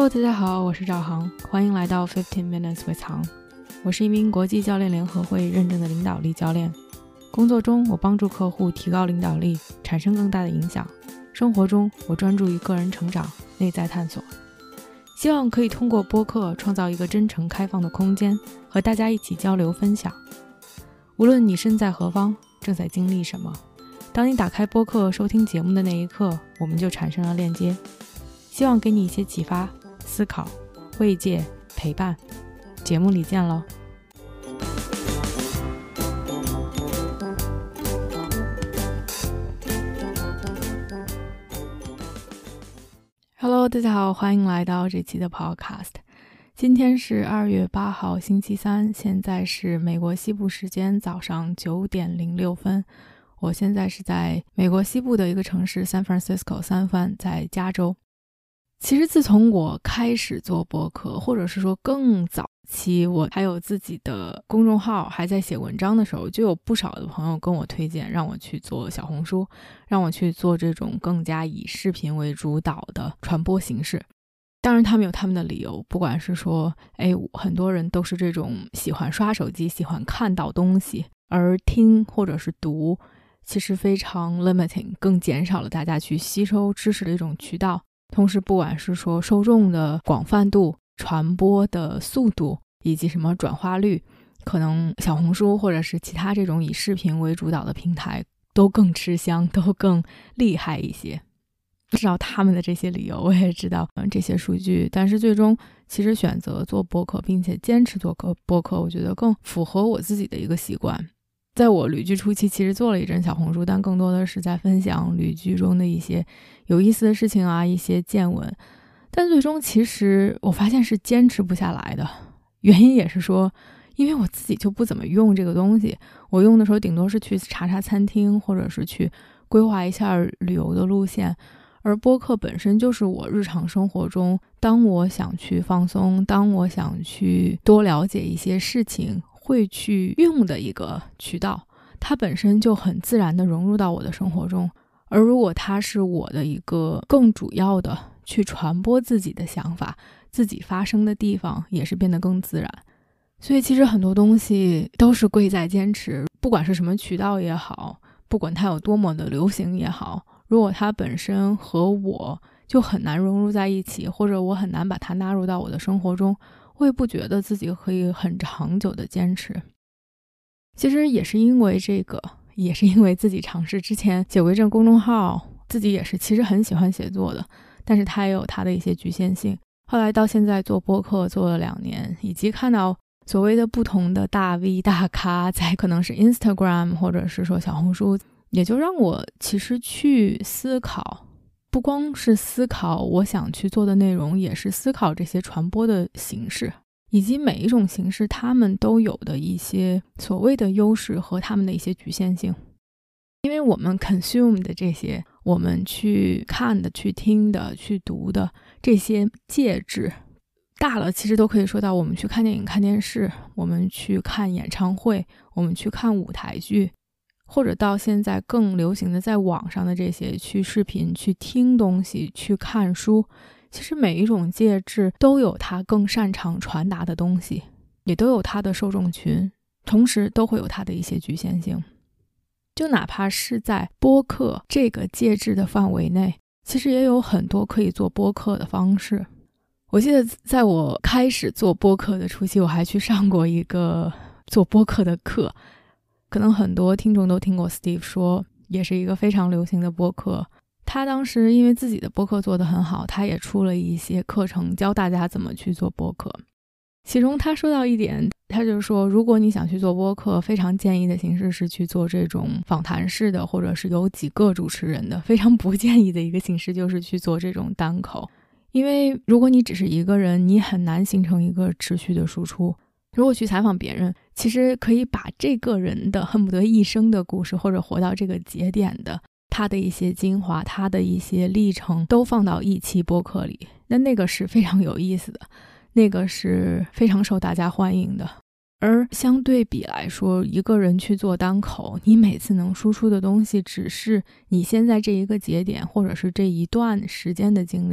Hello， 大家好，我是赵航，欢迎来到15 Minutes with 航。我是一名国际教练联合会认证的领导力教练。工作中，我帮助客户提高领导力，产生更大的影响。生活中，我专注于个人成长、内在探索。希望可以通过播客创造一个真诚开放的空间，和大家一起交流分享。无论你身在何方，正在经历什么，当你打开播客收听节目的那一刻，我们就产生了链接。希望给你一些启发、思考、慰藉、陪伴。节目里见喽。Hello， 大家好，欢迎来到这期的 Podcast。今天是2月8号星期三，现在是美国西部时间早上9点06分。我现在是在美国西部的一个城市 San Francisco 三藩，在加州。其实自从我开始做播客，或者是说更早期我还有自己的公众号还在写文章的时候，就有不少的朋友跟我推荐让我去做小红书，让我去做这种更加以视频为主导的传播形式。当然他们有他们的理由，不管是说很多人都是这种喜欢刷手机，喜欢看到东西，而听或者是读其实非常 limiting， 更减少了大家去吸收知识的一种渠道。同时不管是说受众的广泛度、传播的速度以及什么转化率，可能小红书或者是其他这种以视频为主导的平台都更吃香，都更厉害一些。知道他们的这些理由，我也知道这些数据，但是最终其实选择做播客并且坚持做播客，我觉得更符合我自己的一个习惯。在我旅居初期其实做了一阵小红书，但更多的是在分享旅居中的一些有意思的事情啊，一些见闻。但最终其实我发现是坚持不下来的，原因也是说因为我自己就不怎么用这个东西，我用的时候顶多是去查查餐厅，或者是去规划一下旅游的路线。而播客本身就是我日常生活中，当我想去放松，当我想去多了解一些事情会去用的一个渠道，它本身就很自然地融入到我的生活中。而如果它是我的一个更主要的去传播自己的想法，自己发声的地方，也是变得更自然。所以其实很多东西都是贵在坚持，不管是什么渠道也好，不管它有多么的流行也好，如果它本身和我就很难融入在一起，或者我很难把它纳入到我的生活中，我也不觉得自己可以很长久的坚持。其实也是因为这个，也是因为自己尝试之前写过一阵公众号，自己也是其实很喜欢写作的，但是它也有它的一些局限性。后来到现在做播客做了2年，以及看到所谓的不同的大 V 大咖在可能是 Instagram 或者是说小红书，也就让我其实去思考，不光是思考我想去做的内容，也是思考这些传播的形式，以及每一种形式他们都有的一些所谓的优势和他们的一些局限性。因为我们 consume 的这些，我们去看的、去听的、去读的这些介质，大了其实都可以说到我们去看电影、看电视，我们去看演唱会，我们去看舞台剧，或者到现在更流行的在网上的这些去视频、去听东西、去看书。其实每一种介质都有它更擅长传达的东西，也都有它的受众群，同时都会有它的一些局限性。就哪怕是在播客这个介质的范围内，其实也有很多可以做播客的方式。我记得在我开始做播客的初期，我还去上过一个做播客的课，可能很多听众都听过 Steve 说，也是一个非常流行的播客。他当时因为自己的播客做得很好，他也出了一些课程教大家怎么去做播客。其中他说到一点，他就说如果你想去做播客，非常建议的形式是去做这种访谈式的，或者是有几个主持人的。非常不建议的一个形式就是去做这种单口，因为如果你只是一个人，你很难形成一个持续的输出。如果去采访别人，其实可以把这个人的恨不得一生的故事，或者活到这个节点的他的一些精华，他的一些历程都放到一期播客里，那个是非常有意思的，那个是非常受大家欢迎的。而相对比来说，一个人去做单口，你每次能输出的东西只是你现在这一个节点或者是这一段时间的经历，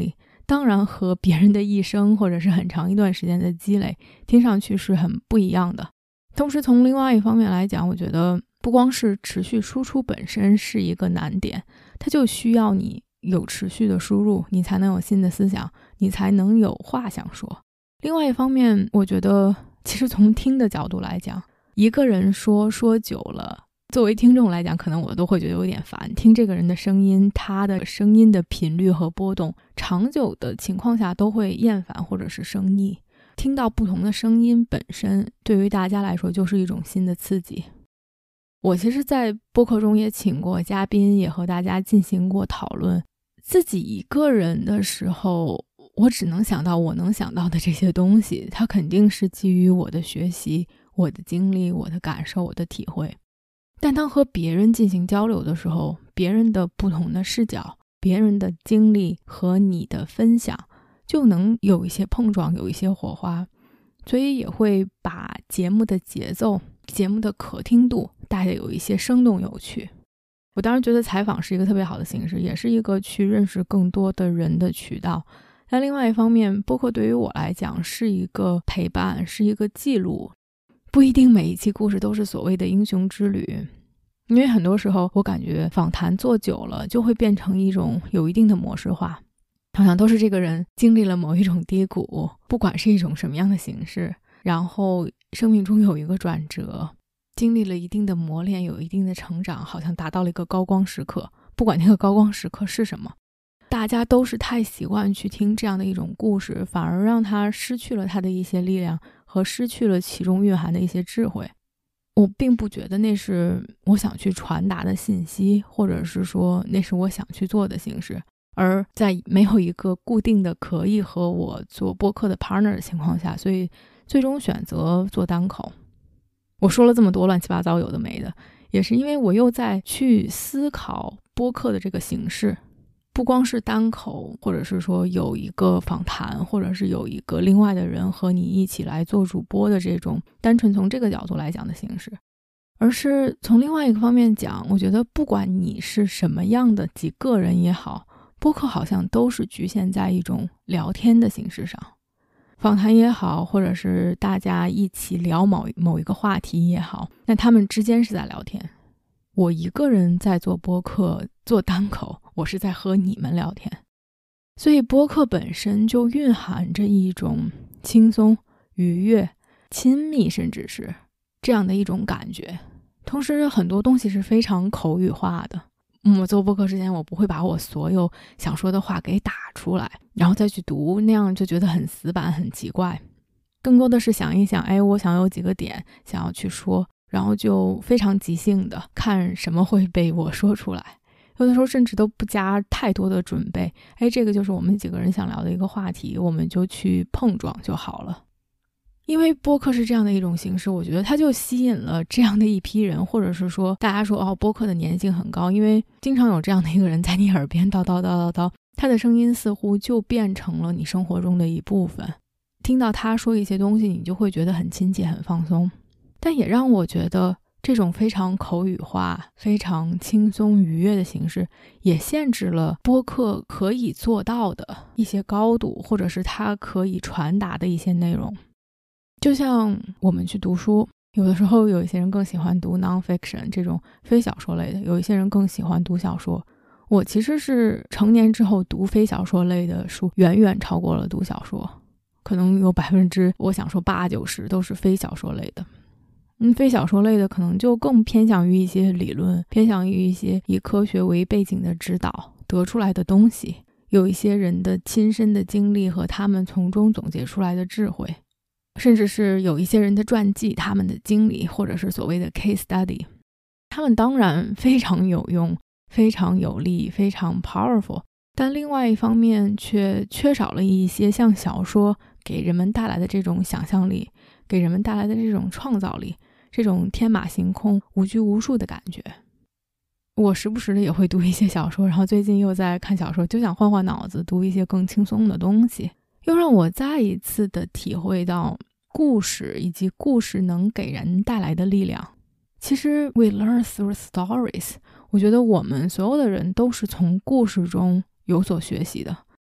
当然和别人的一生或者是很长一段时间的积累听上去是很不一样的。同时从另外一方面来讲，我觉得不光是持续输出本身是一个难点，它就需要你有持续的输入，你才能有新的思想，你才能有话想说。另外一方面，我觉得其实从听的角度来讲，一个人说久了，作为听众来讲，可能我都会觉得有点烦。听这个人的声音，他的声音的频率和波动，长久的情况下都会厌烦或者是生腻。听到不同的声音本身，对于大家来说就是一种新的刺激。我其实在播客中也请过嘉宾，也和大家进行过讨论。自己一个人的时候，我只能想到我能想到的这些东西，它肯定是基于我的学习、我的经历、我的感受、我的体会。但当和别人进行交流的时候，别人的不同的视角、别人的经历和你的分享就能有一些碰撞，有一些火花，所以也会把节目的节奏、节目的可听度带得有一些生动有趣。我当然觉得采访是一个特别好的形式，也是一个去认识更多的人的渠道。但另外一方面，播客对于我来讲是一个陪伴，是一个记录。不一定每一期故事都是所谓的英雄之旅，因为很多时候我感觉访谈做久了就会变成一种有一定的模式化，好像都是这个人经历了某一种低谷，不管是一种什么样的形式，然后生命中有一个转折，经历了一定的磨练，有一定的成长，好像达到了一个高光时刻，不管那个高光时刻是什么。大家都是太习惯去听这样的一种故事，反而让它失去了它的一些力量和失去了其中蕴含的一些智慧。我并不觉得那是我想去传达的信息，或者是说那是我想去做的形式。而在没有一个固定的可以和我做播客的 partner 的情况下，所以最终选择做单口。我说了这么多乱七八糟有的没的，也是因为我又在去思考播客的这个形式，不光是单口，或者是说有一个访谈，或者是有一个另外的人和你一起来做主播的这种单纯从这个角度来讲的形式，而是从另外一个方面讲，我觉得不管你是什么样的几个人也好，播客好像都是局限在一种聊天的形式上，访谈也好，或者是大家一起聊某一个话题也好，那他们之间是在聊天。我一个人在做播客做单口，我是在和你们聊天，所以播客本身就蕴含着一种轻松、愉悦、亲密，甚至是这样的一种感觉。同时很多东西是非常口语化的，我做播客之前，我不会把我所有想说的话给打出来，然后再去读，那样就觉得很死板很奇怪。更多的是想一想，我想有几个点想要去说，然后就非常即兴的看什么会被我说出来，有的时候甚至都不加太多的准备，这个就是我们几个人想聊的一个话题，我们就去碰撞就好了。因为播客是这样的一种形式，我觉得它就吸引了这样的一批人，或者是说大家说播客的粘性很高，因为经常有这样的一个人在你耳边叨叨叨叨叨，他的声音似乎就变成了你生活中的一部分，听到他说一些东西你就会觉得很亲切很放松。但也让我觉得这种非常口语化非常轻松愉悦的形式也限制了播客可以做到的一些高度，或者是它可以传达的一些内容。就像我们去读书，有的时候有一些人更喜欢读 non-fiction 这种非小说类的，有一些人更喜欢读小说。我其实是成年之后读非小说类的书远远超过了读小说，可能有我想说80-90%都是非小说类的。非小说类的可能就更偏向于一些理论，偏向于一些以科学为背景的指导得出来的东西，有一些人的亲身的经历和他们从中总结出来的智慧，甚至是有一些人的传记，他们的经历，或者是所谓的 case study， 他们当然非常有用，非常有力，非常 powerful， 但另外一方面却缺少了一些像小说给人们带来的这种想象力，给人们带来的这种创造力，这种天马行空无拘无束的感觉。我时不时的也会读一些小说，然后最近又在看小说，就想换换脑子，读一些更轻松的东西，又让我再一次的体会到故事以及故事能给人带来的力量。其实 we learn through stories， 我觉得我们所有的人都是从故事中有所学习的。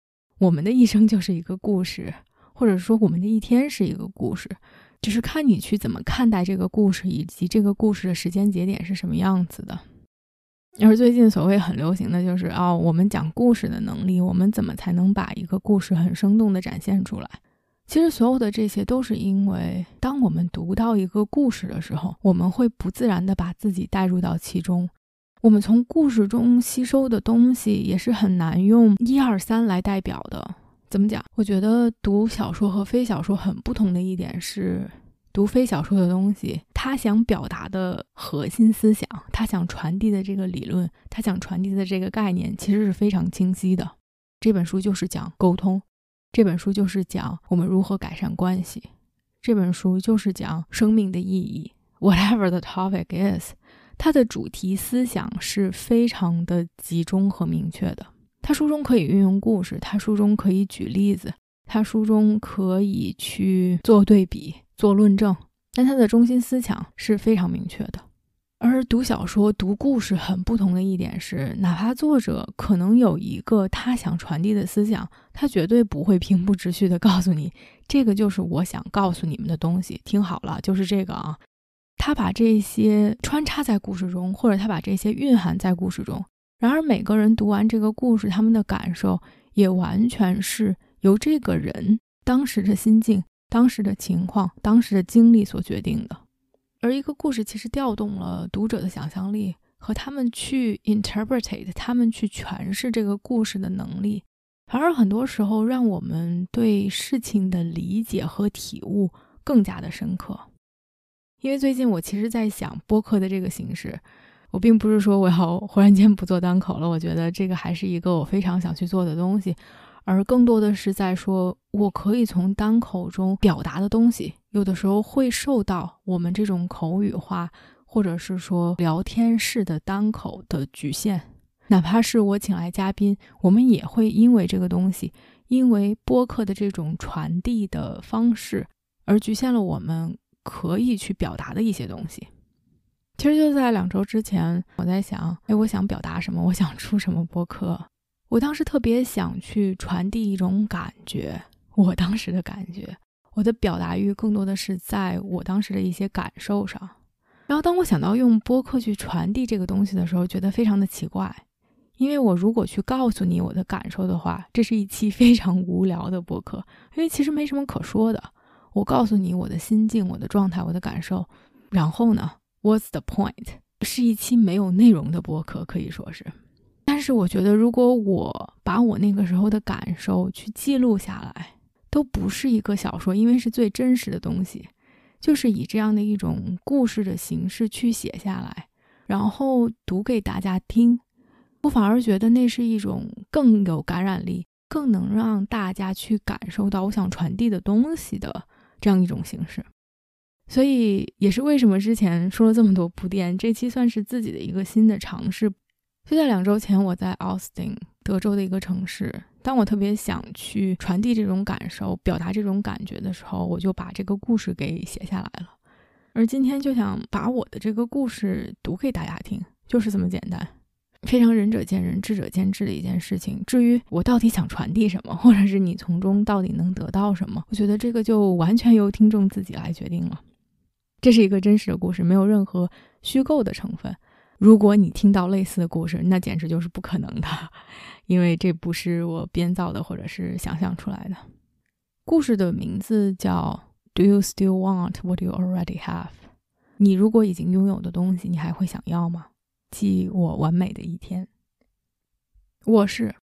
我们的一生就是一个故事，或者说我们的一天是一个故事，只是看你去怎么看待这个故事，以及这个故事的时间节点是什么样子的。而最近所谓很流行的就是我们讲故事的能力，我们怎么才能把一个故事很生动地展现出来。其实所有的这些都是因为当我们读到一个故事的时候，我们会不自然地把自己带入到其中，我们从故事中吸收的东西也是很难用1、2、3来代表的。怎么讲？我觉得读小说和非小说很不同的一点是，读非小说的东西，他想表达的核心思想，他想传递的这个理论，他想传递的这个概念其实是非常清晰的。这本书就是讲沟通，这本书就是讲我们如何改善关系，这本书就是讲生命的意义。 Whatever the topic is， 它的主题思想是非常的集中和明确的。它书中可以运用故事，它书中可以举例子，它书中可以去做对比做论证，但它的中心思想是非常明确的。而读小说读故事很不同的一点是，哪怕作者可能有一个他想传递的思想，他绝对不会平铺直叙地告诉你这个就是我想告诉你们的东西，听好了，就是这个啊。他把这些穿插在故事中，或者他把这些蕴含在故事中，然而每个人读完这个故事，他们的感受也完全是由这个人当时的心境、当时的情况、当时的经历所决定的。而一个故事其实调动了读者的想象力和他们去 interpret， 他们去诠释这个故事的能力，反而很多时候让我们对事情的理解和体悟更加的深刻。因为最近我其实在想播客的这个形式，我并不是说我要忽然间不做单口了，我觉得这个还是一个我非常想去做的东西，而更多的是在说我可以从单口中表达的东西，有的时候会受到我们这种口语化或者是说聊天式的单口的局限。哪怕是我请来嘉宾，我们也会因为这个东西，因为播客的这种传递的方式而局限了我们可以去表达的一些东西。其实就在2周之前，我在想我想表达什么，我想出什么播客。我当时特别想去传递一种感觉，我当时的感觉，我的表达欲更多的是在我当时的一些感受上。然后当我想到用播客去传递这个东西的时候，觉得非常的奇怪。因为我如果去告诉你我的感受的话，这是一期非常无聊的播客，因为其实没什么可说的。我告诉你我的心境、我的状态、我的感受，然后呢 What's the point？ 是一期没有内容的播客，可以说是。但是我觉得如果我把我那个时候的感受去记录下来，都不是一个小说，因为是最真实的东西，就是以这样的一种故事的形式去写下来，然后读给大家听，我反而觉得那是一种更有感染力，更能让大家去感受到我想传递的东西的这样一种形式。所以也是为什么之前说了这么多铺垫，这期算是自己的一个新的尝试。就在2周前，我在 Austin 德州的一个城市，当我特别想去传递这种感受，表达这种感觉的时候，我就把这个故事给写下来了。而今天就想把我的这个故事读给大家听，就是这么简单，非常仁者见仁，智者见智的一件事情。至于我到底想传递什么，或者是你从中到底能得到什么，我觉得这个就完全由听众自己来决定了。这是一个真实的故事，没有任何虚构的成分。如果你听到类似的故事，那简直就是不可能的，因为这不是我编造的或者是想象出来的。故事的名字叫 Do you still want what you already have？ 你如果已经拥有的东西，你还会想要吗？记我完美的一天。卧室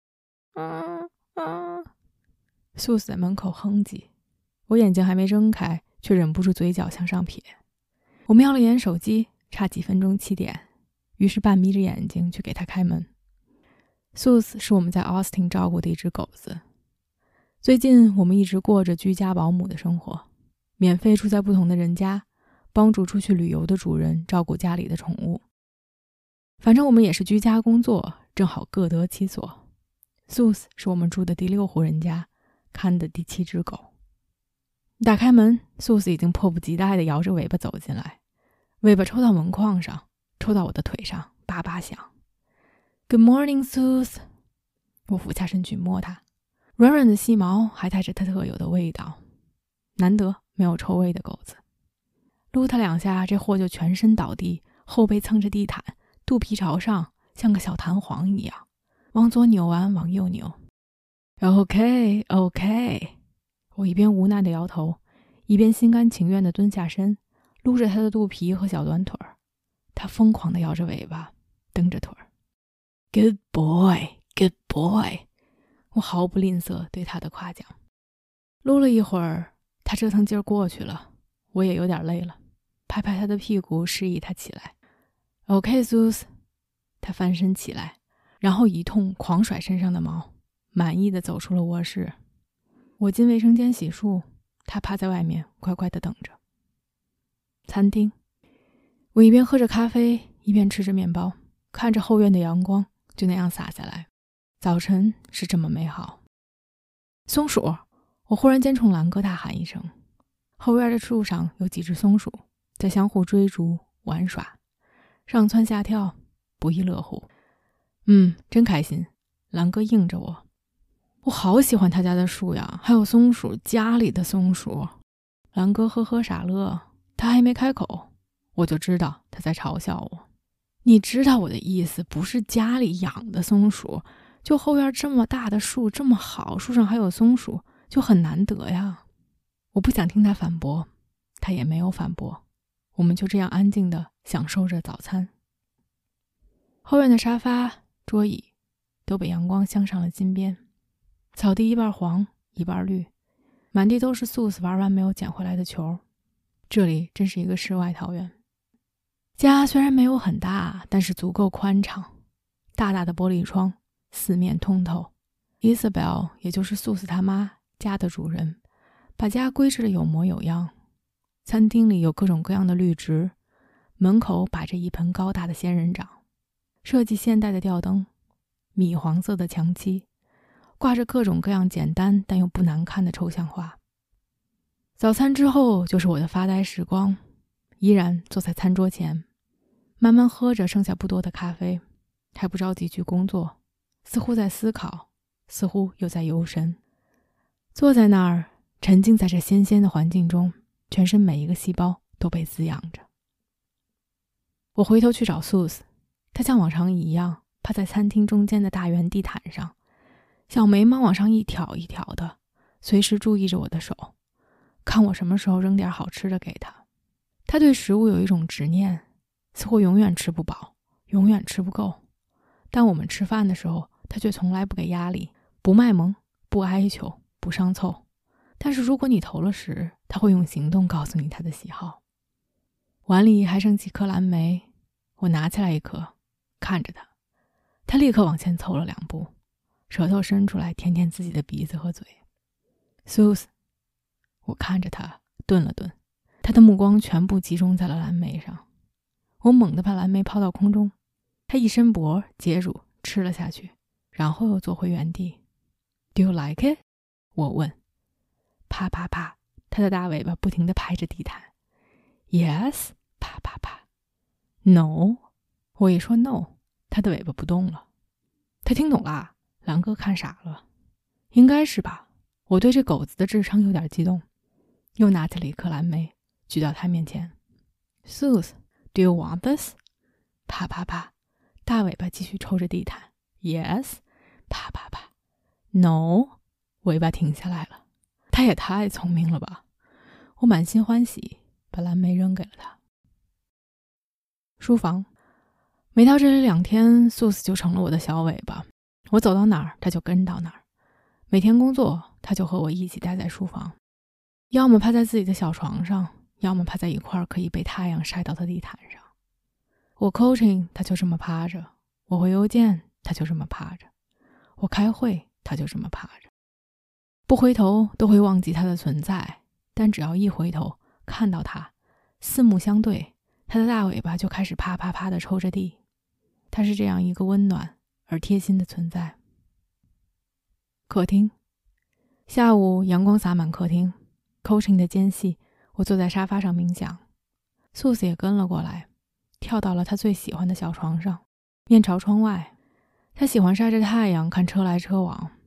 素死在门口哼唧，我眼睛还没睁开，却忍不住嘴角向上撇。我瞄了眼手机，差几分钟7点，于是半眯着眼睛去给他开门。素死是我们在 Austin 照顾的一只狗子，最近我们一直过着居家保姆的生活，免费住在不同的人家，帮助出去旅游的主人照顾家里的宠物。反正我们也是居家工作，正好各得其所。素死是我们住的第6户人家，看的第7只狗。打开门，素死已经迫不及待地摇着尾巴走进来，尾巴抽到门框上，抽到我的腿上，叭叭响。Good morning, Sus。 我俯下身去摸它， 软软的细毛还带着它特有的味道，难得没有臭味的狗子。撸它2下，这货就全身倒地，后背蹭着地毯，肚皮朝上，像个小弹簧一样，往左扭完往右扭。OK， 我一边无奈的摇头，一边心甘情愿地蹲下身，撸着他的肚皮和小短腿儿。他疯狂地摇着尾巴，蹬着腿儿。Good boy， good boy， 我毫不吝啬对他的夸奖。撸了一会儿，他折腾劲儿过去了，我也有点累了，拍拍他的屁股示意他起来。OK Zeus， 他翻身起来，然后一通狂甩身上的毛，满意地走出了卧室。我进卫生间洗漱，他趴在外面乖乖地等着。餐厅，我一边喝着咖啡，一边吃着面包，看着后院的阳光就那样洒下来。早晨是这么美好。松鼠，我忽然间冲蓝哥大喊一声。后院的树上有几只松鼠在相互追逐玩耍，上蹿下跳，不亦乐乎。真开心。蓝哥应着我。我好喜欢他家的树呀，还有松鼠，家里的松鼠。蓝哥呵呵傻乐，他还没开口，我就知道他在嘲笑我。你知道我的意思，不是家里养的松鼠，就后院这么大的树，这么好，树上还有松鼠，就很难得呀。我不想听他反驳，他也没有反驳，我们就这样安静地享受着早餐。后院的沙发、桌椅都被阳光镶上了金边，草地一半黄一半绿，满地都是素子玩完没有捡回来的球。这里真是一个世外桃源。家虽然没有很大，但是足够宽敞，大大的玻璃窗，四面通透。Isabel， 也就是素子他妈家的主人，把家规制的有模有样。餐厅里有各种各样的绿植，门口摆着一盆高大的仙人掌，设计现代的吊灯，米黄色的墙漆，挂着各种各样简单但又不难看的抽象画。早餐之后就是我的发呆时光，依然坐在餐桌前，慢慢喝着剩下不多的咖啡，还不着急去工作，似乎在思考，似乎又在游神。坐在那儿，沉浸在这鲜鲜的环境中，全身每一个细胞都被滋养着。我回头去找苏斯，他像往常一样趴在餐厅中间的大圆地毯上，小眉毛往上一挑一挑的，随时注意着我的手，看我什么时候扔点好吃的给他。他对食物有一种执念，似乎永远吃不饱，永远吃不够。但我们吃饭的时候，他却从来不给压力，不卖萌，不哀求，不上凑。但是如果你投了食，他会用行动告诉你他的喜好。碗里还剩几颗蓝莓，我拿起来一颗，看着他，他立刻往前凑了2步，舌头伸出来舔舔自己的鼻子和嘴。Sus， 我看着他，顿了顿，他的目光全部集中在了蓝莓上。我猛地把蓝莓抛到空中，他一伸脖接住吃了下去，然后又坐回原地。Do you like it？ 我问。啪啪啪，他的大尾巴不停地拍着地毯。Yes， 啪啪啪。No， 我一说 no， 他的尾巴不动了。他听懂啦，蓝哥看傻了。应该是吧，我对这狗子的智商有点激动，又拿起了一颗蓝莓，举到他面前。Sus，do you want this？ 啪啪啪，大尾巴继续抽着地毯。Yes， 啪啪啪。No， 尾巴停下来了。他也太聪明了吧！我满心欢喜，把蓝莓扔给了他。书房，每到这里2天，素斯就成了我的小尾巴。我走到哪儿，他就跟到哪儿。每天工作，他就和我一起待在书房，要么趴在自己的小床上，要么趴在一块可以被太阳晒到的地毯上。我 coaching， 他就这么趴着；我回邮件，他就这么趴着；我开会，他就这么趴着。不回头都会忘记他的存在，但只要一回头看到他，四目相对，他的大尾巴就开始啪啪啪地抽着地。他是这样一个温暖而贴心的存在。客厅，下午阳光洒满客厅 ，coaching 的间隙，我坐在沙发上冥想。素子也跟了过来，跳到了他最喜欢的小床上，面朝窗外。他喜欢晒着太阳看车来车往，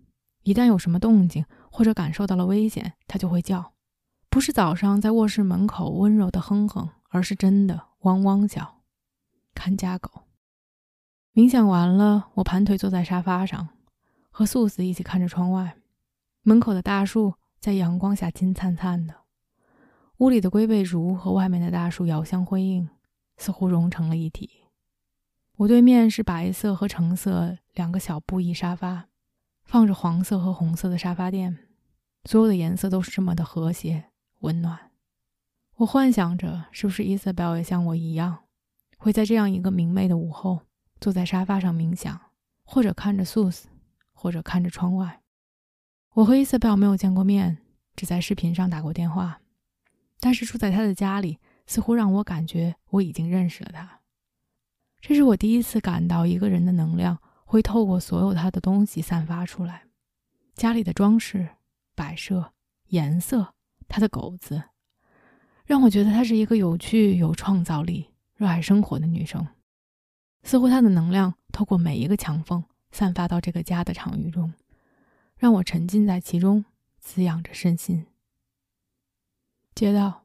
一旦有什么动静或者感受到了危险，它就会叫，不是早上在卧室门口温柔的哼哼，而是真的汪汪叫，看家狗。冥想完了，我盘腿坐在沙发上，和素子一起看着窗外，门口的大树在阳光下金灿灿的，屋里的龟背竹和外面的大树遥相辉映，似乎融成了一体。我对面是白色和橙色两个小布艺沙发，放着黄色和红色的沙发垫，所有的颜色都是这么的和谐温暖。我幻想着是不是 Isabel 也像我一样，会在这样一个明媚的午后坐在沙发上冥想，或者看着 Sus， 或者看着窗外。我和 Isabel 没有见过面，只在视频上打过电话，但是住在她的家里似乎让我感觉我已经认识了她。这是我第一次感到一个人的能量会透过所有他的东西散发出来，家里的装饰、摆设、颜色，他的狗子，让我觉得她是一个有趣、有创造力、热爱生活的女生。似乎她的能量透过每一个墙缝散发到这个家的场域中，让我沉浸在其中，滋养着身心。街道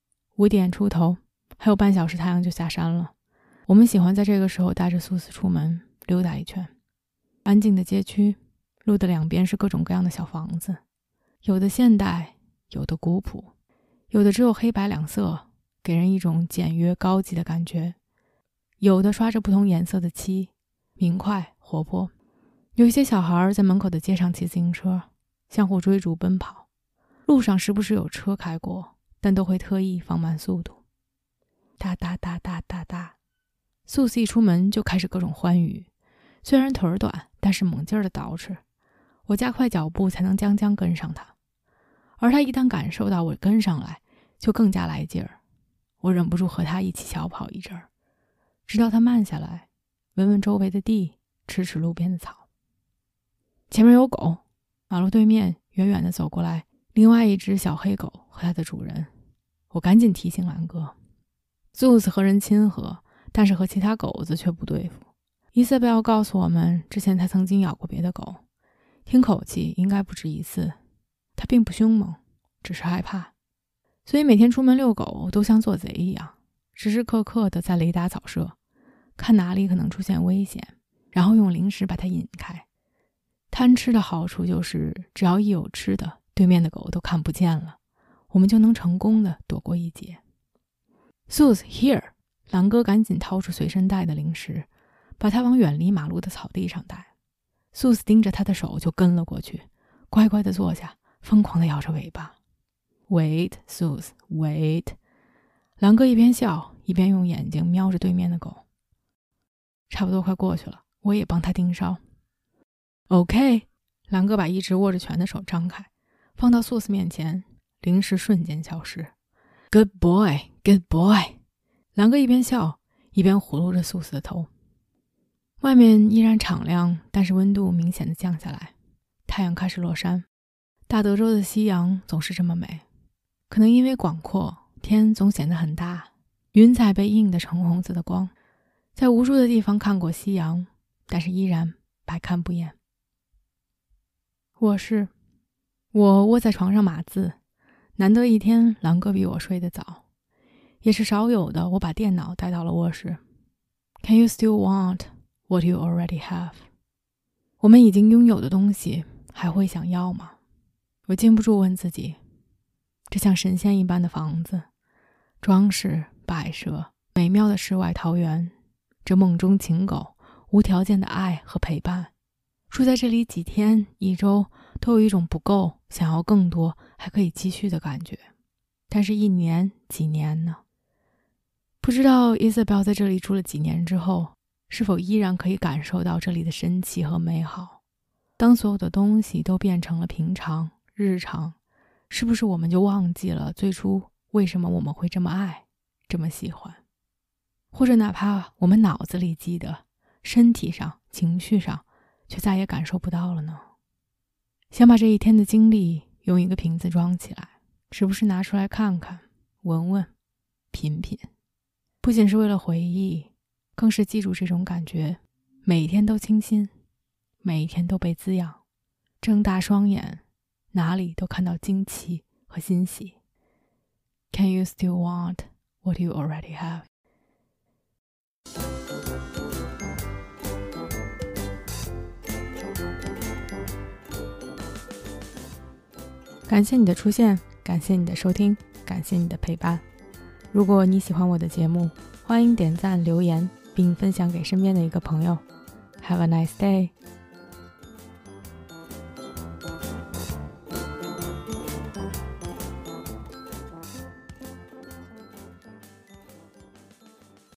5点出头，还有半小时太阳就下山了。我们喜欢在这个时候带着苏斯出门溜达一圈。安静的街区，路的两边是各种各样的小房子，有的现代，有的古朴，有的只有黑白两色，给人一种简约高级的感觉，有的刷着不同颜色的漆，明快活泼。有一些小孩在门口的街上骑自行车，相互追逐奔跑，路上时不时有车开过，但都会特意放慢速度。哒哒哒哒哒哒，素丝一出门就开始各种欢愉，虽然腿儿短，但是猛劲儿的捯饬，我加快脚步才能将跟上他。而他一旦感受到我跟上来，就更加来劲儿。我忍不住和他一起小跑一阵儿，直到他慢下来，闻闻周围的地，吃吃路边的草。前面有狗，马路对面远远地走过来另外一只小黑狗和它的主人。我赶紧提醒兰哥，Sus和人亲和，但是和其他狗子却不对付。Isabel 告诉我们，之前他曾经咬过别的狗，听口气应该不止一次。他并不凶猛，只是害怕，所以每天出门遛狗都像做贼一样，时时刻刻的在雷达扫射，看哪里可能出现危险，然后用零食把它引开。贪吃的好处就是，只要一有吃的，对面的狗都看不见了，我们就能成功的躲过一劫。Sus here， 狼哥赶紧掏出随身带的零食，把它往远离马路的草地上带。Sus盯着他的手就跟了过去，乖乖的坐下，疯狂的摇着尾巴。Wait, Sus, wait。 狼哥一边笑一边用眼睛瞄着对面的狗。差不多快过去了，我也帮他盯梢。OK， 狼哥把一直握着拳的手张开，放到Sus面前，零食瞬间消失。Good boy, good boy。 狼哥一边笑一边葫芦着Sus的头。外面依然敞亮，但是温度明显的降下来，太阳开始落山。大德州的夕阳总是这么美，可能因为广阔，天总显得很大，云彩被映得橙红色的光，在无数的地方看过夕阳，但是依然百看不厌。我窝在床上码字，难得一天狼哥比我睡得早，也是少有的我把电脑带到了卧室。 Can you still want what you already have？ 我们已经拥有的东西还会想要吗？我禁不住问自己。这像神仙一般的房子，装饰摆设，美妙的世外桃源，这梦中情狗，无条件的爱和陪伴，住在这里几天一周都有一种不够，想要更多，还可以继续的感觉。但是1年几年呢？不知道 Isabel 在这里住了几年之后，是否依然可以感受到这里的神奇和美好。当所有的东西都变成了平常日常，是不是我们就忘记了最初为什么我们会这么爱，这么喜欢？或者哪怕我们脑子里记得，身体上情绪上却再也感受不到了呢？想把这一天的经历用一个瓶子装起来，时不时拿出来看看，闻闻，品品，不仅是为了回忆，更是记住这种感觉，每一天都清新，每一天都被滋养， 睁大双眼，哪里都看到惊奇和欣喜。 Can you still want what you already have? 感谢你的出现，感谢你的收听，感谢你的陪伴。如果你喜欢我的节目，欢迎点赞留言并分享给身边的一个朋友。Have a nice day.